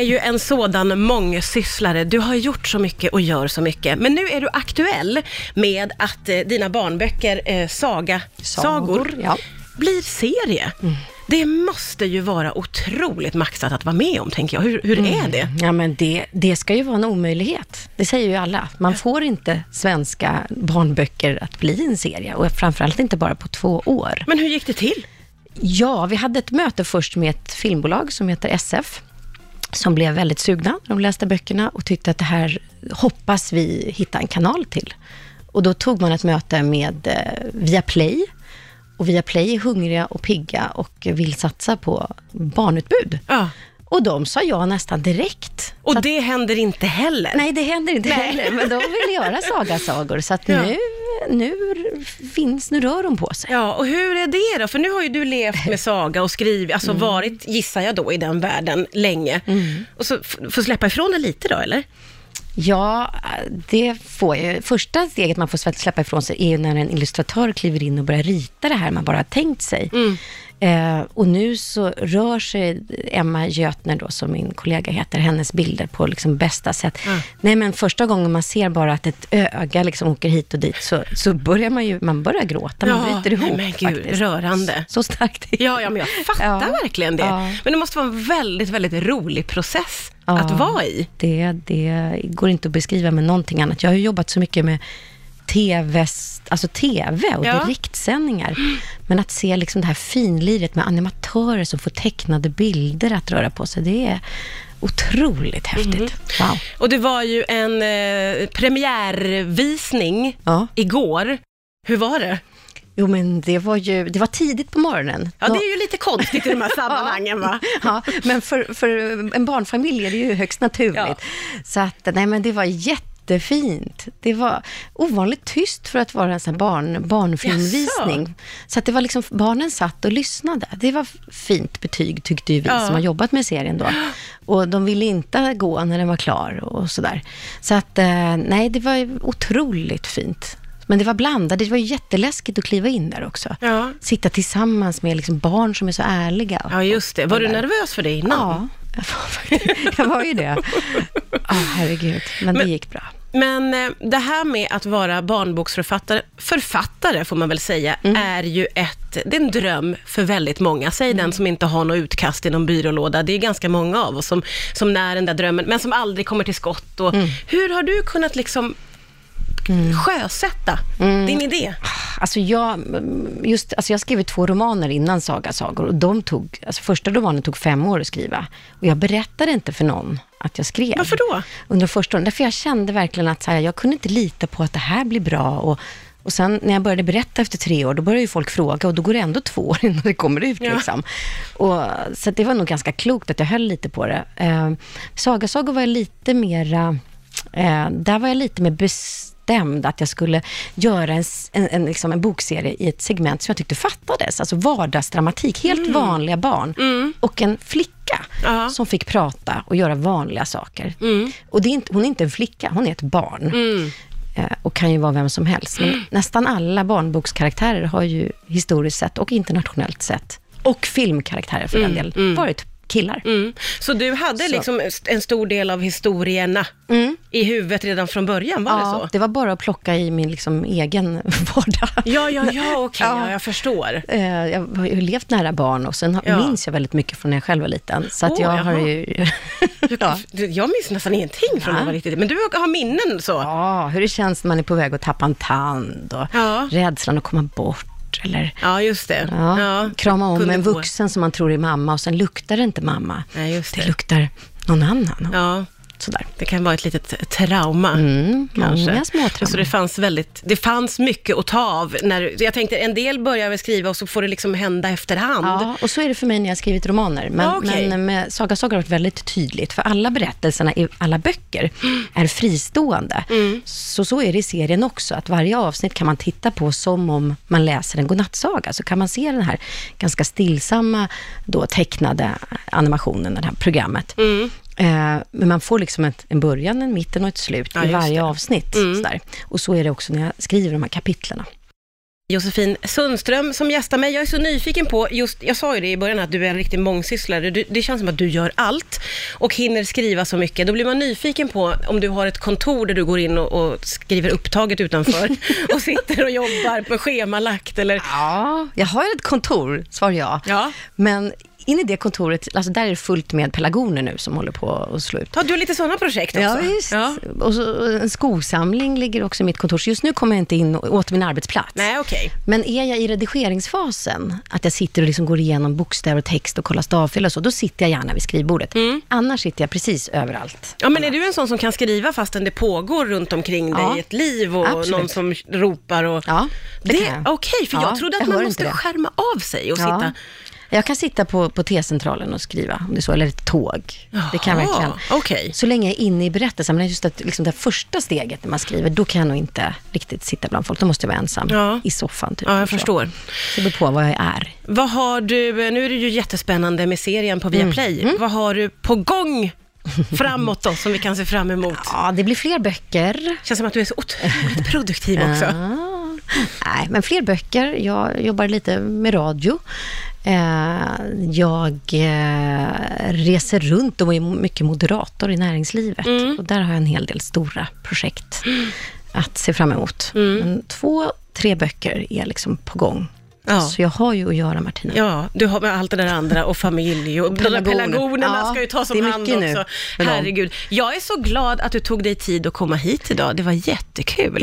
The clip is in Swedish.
är ju en sådan mångsysslare. Du har gjort så mycket och gör så mycket. Men nu är du aktuell med att dina barnböcker, sagor, ja, blir serie. Det måste ju vara otroligt maxat att vara med om, tänker jag. Hur är det? Ja, men det ska ju vara en omöjlighet. Det säger ju alla. Man får inte svenska barnböcker att bli en serie. Och framförallt inte bara på 2 år. Men hur gick det till? Ja, vi hade ett möte först med ett filmbolag som heter SF. Som blev väldigt sugna. De läste böckerna och tyckte att det här hoppas vi hitta en kanal till. Och då tog man ett möte med Viaplay. Och Viaplay är hungriga och pigga och vill satsa på barnutbud. Ja. Och de sa ja nästan direkt. Och det händer inte heller. Nej, det händer inte heller. Men de vill göra sagor. Så att nu rör de på sig. Ja, och hur är det då? För nu har ju du levt med saga och skrivit, alltså varit, gissar jag då, i den världen länge. Och så får släppa ifrån det lite då, eller? Ja, det får jag. Första steget man får släppa ifrån sig är ju när en illustratör kliver in och börjar rita det här man bara har tänkt sig. Och nu så rör sig Emma Götner då, som min kollega heter, hennes bilder på liksom bästa sätt. Nej, men första gången man ser bara att ett öga liksom åker hit och dit så börjar man börjar gråta, man bryter ihop. Men gud, faktiskt. Rörande. Så starkt. Ja, men jag fattar verkligen det. Ja. Men det måste vara en väldigt, väldigt rolig process att vara i. Det går inte att beskriva med någonting annat. Jag har ju jobbat så mycket med TV och direktsändningar. Men att se liksom det här finliret med animatörer som får tecknade bilder att röra på sig, det är otroligt häftigt. Wow. Och det var ju en premiärvisning igår. Hur var det? Jo, men det var tidigt på morgonen. Ja, det är ju lite konstigt i de här sammanhangen, va? Ja, men för en barnfamilj är det ju högst naturligt. Ja. Så att, nej, men det var jättefint. Det var ovanligt tyst för att vara en sån barnfilmvisning. Yes, så att det var liksom, barnen satt och lyssnade. Det var fint betyg, tyckte ju vi som har jobbat med serien då. Och de ville inte gå när den var klar och sådär. Så att, nej, det var otroligt fint. Men det var blandat, det var ju jätteläskigt att kliva in där också. Ja. Sitta tillsammans med liksom barn som är så ärliga. Ja, just det. Var du nervös för det innan? Ja, jag var ju det. Herregud, men det gick bra. Men det här med att vara barnboksförfattare får man väl säga, är ju det är en dröm för väldigt många. Säg den som inte har något utkast i någon byrålåda. Det är ganska många av oss som när den där drömmen, men som aldrig kommer till skott. Och hur har du kunnat liksom sjösätta din idé? Alltså jag skrev 2 romaner innan sagor och de första romanen tog 5 år att skriva och jag berättade inte för någon att jag skrev. Varför då? Under första åren, därför jag kände verkligen att jag kunde inte lita på att det här blir bra och sen när jag började berätta efter 3 år, då började ju folk fråga och då går det ändå 2 år innan det kommer ut liksom. Och, så det var nog ganska klokt att jag höll lite på det. Sagor var jag lite mera där var jag lite mer bestämd att jag skulle göra en bokserie i ett segment som jag tyckte fattades. Alltså vardagsdramatik, helt vanliga barn. Och en flicka som fick prata och göra vanliga saker. Och hon är inte en flicka, hon är ett barn. Och kan ju vara vem som helst. Men nästan alla barnbokskaraktärer har ju historiskt sett och internationellt sett, och filmkaraktärer för den del, varit killar. Så du hade liksom en stor del av historierna i huvudet redan från början, var det så? Det var bara att plocka i min liksom egen vardag. Okej, jag förstår. Jag har ju levt nära barn och sen minns jag väldigt mycket från när jag själv var liten. Så att jag har ju... Jag minns nästan ingenting från när jag var riktigt. Men du har minnen så. Ja, hur det känns när man är på väg att tappa en tand och rädslan att komma bort. Eller, just det. Krama om en vuxen som man tror är mamma och sen luktar det inte mamma. Det luktar någon annan. Ja. Sådär. Det kan vara ett litet trauma. Kanske. Många små trauma. Så det fanns mycket att ta av. Jag tänkte, en del börjar väl skriva och så får det liksom hända efterhand. Ja, och så är det för mig när jag har skrivit romaner. Men med Saga har varit väldigt tydligt. För alla berättelserna i alla böcker är fristående. Så är det i serien också. Att varje avsnitt kan man titta på som om man läser en godnattsaga. Så kan man se den här ganska stillsamma tecknade animationen, det här programmet. Men man får liksom en början, en mitten och ett slut i varje avsnitt. Sådär. Och så är det också när jag skriver de här kapitlerna. Josefin Sundström som gästar mig. Jag är så nyfiken på, jag sa ju det i början att du är en riktig mångsysslare. Det känns som att du gör allt och hinner skriva så mycket. Då blir man nyfiken på om du har ett kontor där du går in och skriver upptaget utanför och sitter och jobbar på schemalagt eller... Ja, jag har ett kontor, svarar jag. Ja. Men in i det kontoret, alltså där är det fullt med pelargoner nu som håller på att slå ut. Ja, du har lite sådana projekt också. Ja, visst. Ja. Och så, en skosamling ligger också i mitt kontor. Så just nu kommer jag inte in åt min arbetsplats. Nej, okej. Men är jag i redigeringsfasen, att jag sitter och liksom går igenom bokstäver och text och kollar stavfel och så, då sitter jag gärna vid skrivbordet. Annars sitter jag precis överallt. Ja, men är du en sån som kan skriva fastän det pågår runt omkring dig ett liv och absolut. någon som ropar? Och... Ja, det kan jag. Okej, för jag trodde att man måste skärma av sig och sitta... Jag kan sitta på T-centralen och skriva, om det är så, eller ett tåg. Jaha, det kan verkligen. Okay. Så länge jag är inne i berättelsen, men just att, liksom det första steget när man skriver, då kan jag nog inte riktigt sitta bland folk. Då måste jag vara ensam i soffan. Typ, ja, jag förstår. Så det beror på vad jag är. Vad har du, nu är det ju jättespännande med serien på Viaplay. Vad har du på gång framåt då, som vi kan se fram emot? Ja, det blir fler böcker. Känns som att du är så otroligt produktiv också. Nej, men fler böcker. Jag jobbar lite med radio. Jag reser runt och är mycket moderator i näringslivet. Och där har jag en hel del stora projekt att se fram emot. Men 2-3 böcker är liksom på gång. Ja. Så jag har ju att göra, Martina. Ja, du har med allt det där andra och familj och pelargonerna ska ju ta som hand också. Herregud. Jag är så glad att du tog dig tid att komma hit idag. Det var jättekul.